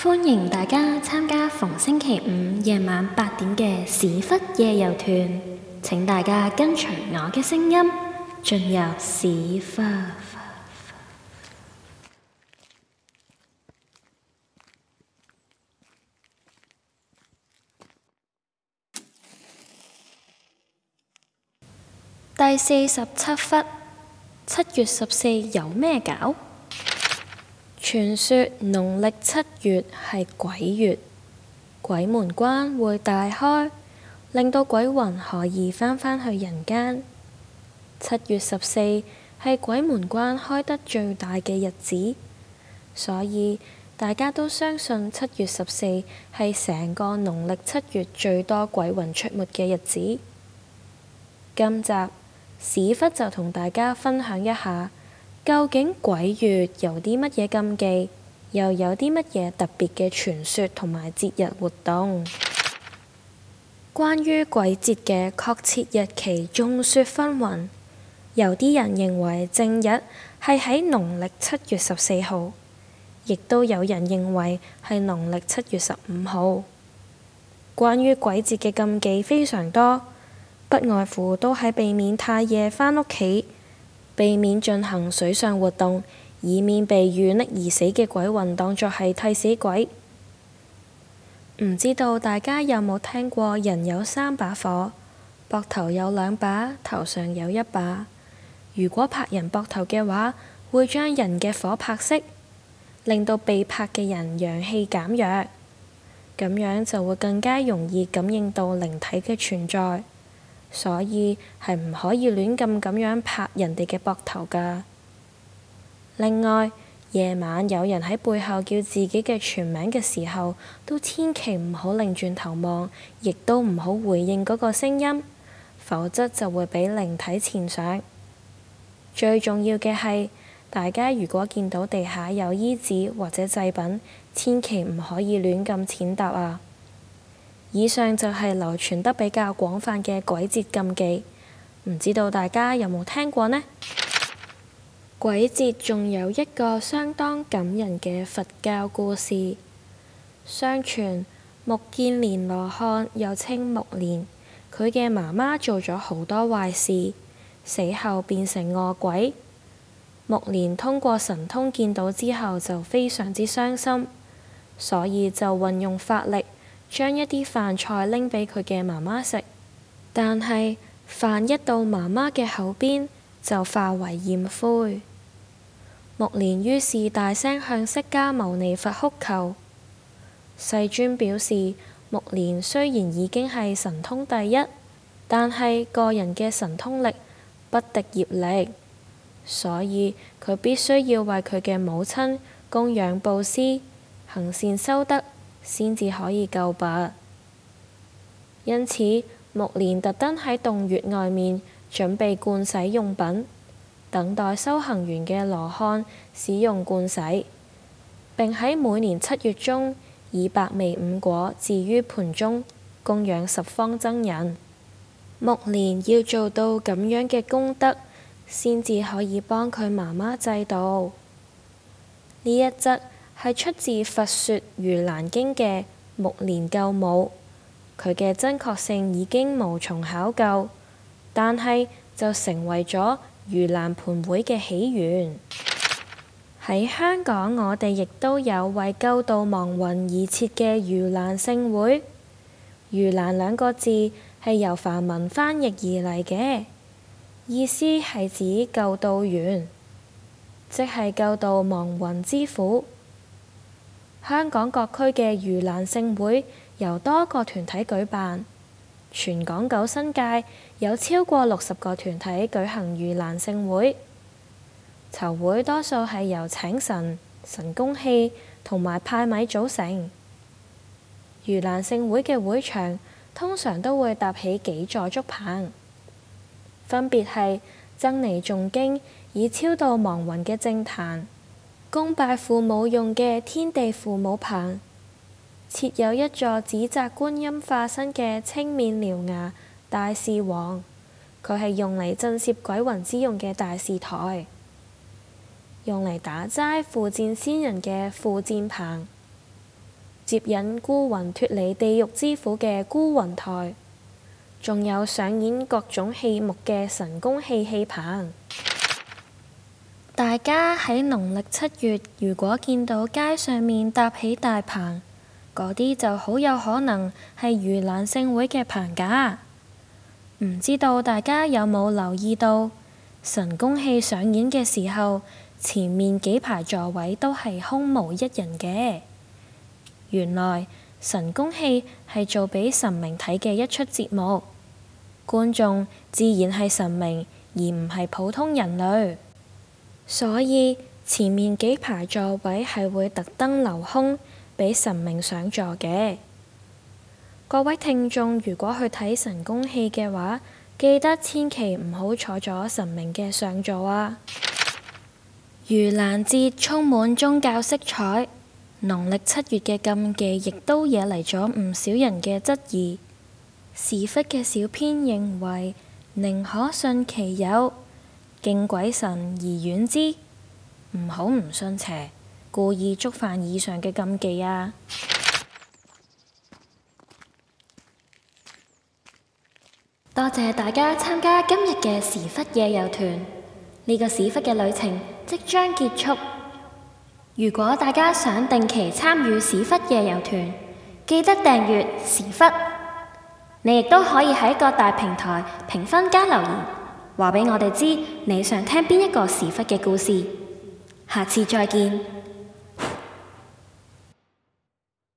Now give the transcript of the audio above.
歡迎大家參加逢星期五夜晚8點嘅史窟夜遊團。請大家跟隨我嘅聲音進入史窟。第47窟，7月14有咩搞？傳說農曆7月係鬼月，鬼門關會大開，令到鬼魂可以返去人間。7月14係鬼門關開得最大嘅日子，所以大家都相信7月14係成個農曆7月最多鬼魂出沒嘅日子。今集史窟就同大家分享一下，究竟鬼月有啲乜嘢禁忌，又有啲乜嘢特別嘅傳說同埋節日活動。關於鬼節嘅確切日期眾說紛紜，有啲人認為正日係喺農曆7月14號，亦都有人認為係農曆7月15號。關於鬼節嘅禁忌非常多，不外乎都係避免太夜返屋企，避免進行水上活動，以免被遇溺而死嘅鬼魂當作係替死鬼。唔知道大家有冇聽過人有3把火，膊頭有2把，頭上有1把。如果拍人膊頭嘅話，會將人嘅火拍熄，令到被拍嘅人陽氣減弱，咁樣就會更加容易感應到靈體嘅存在。所以係唔可以亂咁樣拍人哋嘅膊頭㗎。另外，夜晚有人喺背後叫自己嘅全名嘅時候，都千祈唔好擰轉頭望，亦都唔好回應嗰個聲音，否則就會俾靈體纏上。最重要嘅係，大家如果見到地下有衣紙或者祭品，千祈唔可以亂咁踐踏啊！以上就係流傳得比較廣泛嘅鬼節禁忌，唔知道大家有冇聽過呢？鬼節仲有一個相當感人嘅佛教故事。相傳目犍連羅漢又稱目連，佢嘅媽媽做咗好多壞事，死後變成餓鬼。目連通過神通見到之後就非常之傷心，所以就運用法力，將一啲飯菜拎俾佢嘅媽媽食，但係飯一到媽媽嘅口邊就化為焰灰。目連於是大聲向釋迦牟尼佛哭求。世尊表示，目連雖然已經係神通第一，但係個人嘅神通力不敵業力，所以佢必須要為佢嘅母親供養布施，行善修德，先至可以救拔。因此，目連特登喺洞穴外面準備盥洗用品，等待修行完嘅羅漢使用盥洗，並喺每年7月中以白眉五果置於盤中，供養十方僧人。目連要做到咁樣嘅功德，先至可以幫佢媽媽濟度。呢一則係出自《佛說盂蘭經》嘅目連救母，佢嘅真確性已經無從考究，但係就成為咗盂蘭盆會嘅起源。喺香港，我哋亦都有為救度亡魂而設嘅盂蘭勝會。盂蘭2個字係由梵文翻譯而嚟嘅，意思係指救度員，即係救度亡魂之苦。香港各區嘅盂蘭勝會由多個團體舉辦，全港9新界有超過60個團體舉行盂蘭勝會。籌會多數係由請神、神功戲同埋派米組成。盂蘭勝會嘅會場通常都會搭起幾座竹棚，分別係僧尼誦經以超度亡魂嘅正壇，供拜父母用嘅天地父母棚，設有一座紙紮觀音化身嘅青面獠牙大士王，佢係用嚟震懾鬼魂之用嘅大士台。用嚟打齋附薦先人嘅附薦棚， 接引孤魂脫離地獄之苦嘅孤魂台，仲有上演各種戲目嘅神功戲戲棚。大家喺農曆7月如果見到街上面搭起大棚，嗰啲就好有可能係盂蘭勝會嘅棚架。唔知道大家有冇留意到，神功戲上演嘅時候，前面幾排座位都係空無一人嘅。原來神功戲係做俾神明睇嘅一出節目，觀眾自然係神明，而唔係普通人類。所以前面幾排座位係會特登留空俾神明上座嘅。各位聽眾如果去睇神功戲嘅話，記得千祈唔好坐咗神明嘅上座啊！盂蘭節充滿宗教色彩，農曆7月嘅禁忌亦都惹嚟咗唔少人嘅質疑。時忽嘅小編認為，寧可信其有，敬鬼神而遠之，唔好唔信邪，故意觸犯以上嘅禁忌啊！多謝大家參加今日嘅時忽夜遊團，呢個時忽嘅旅程即將結束。如果大家想定期參與時忽夜遊團，記得訂閱時忽。你亦都可以喺各大平台評分加留言，話俾我哋知你想聽邊一個時忽嘅故事。下次再見。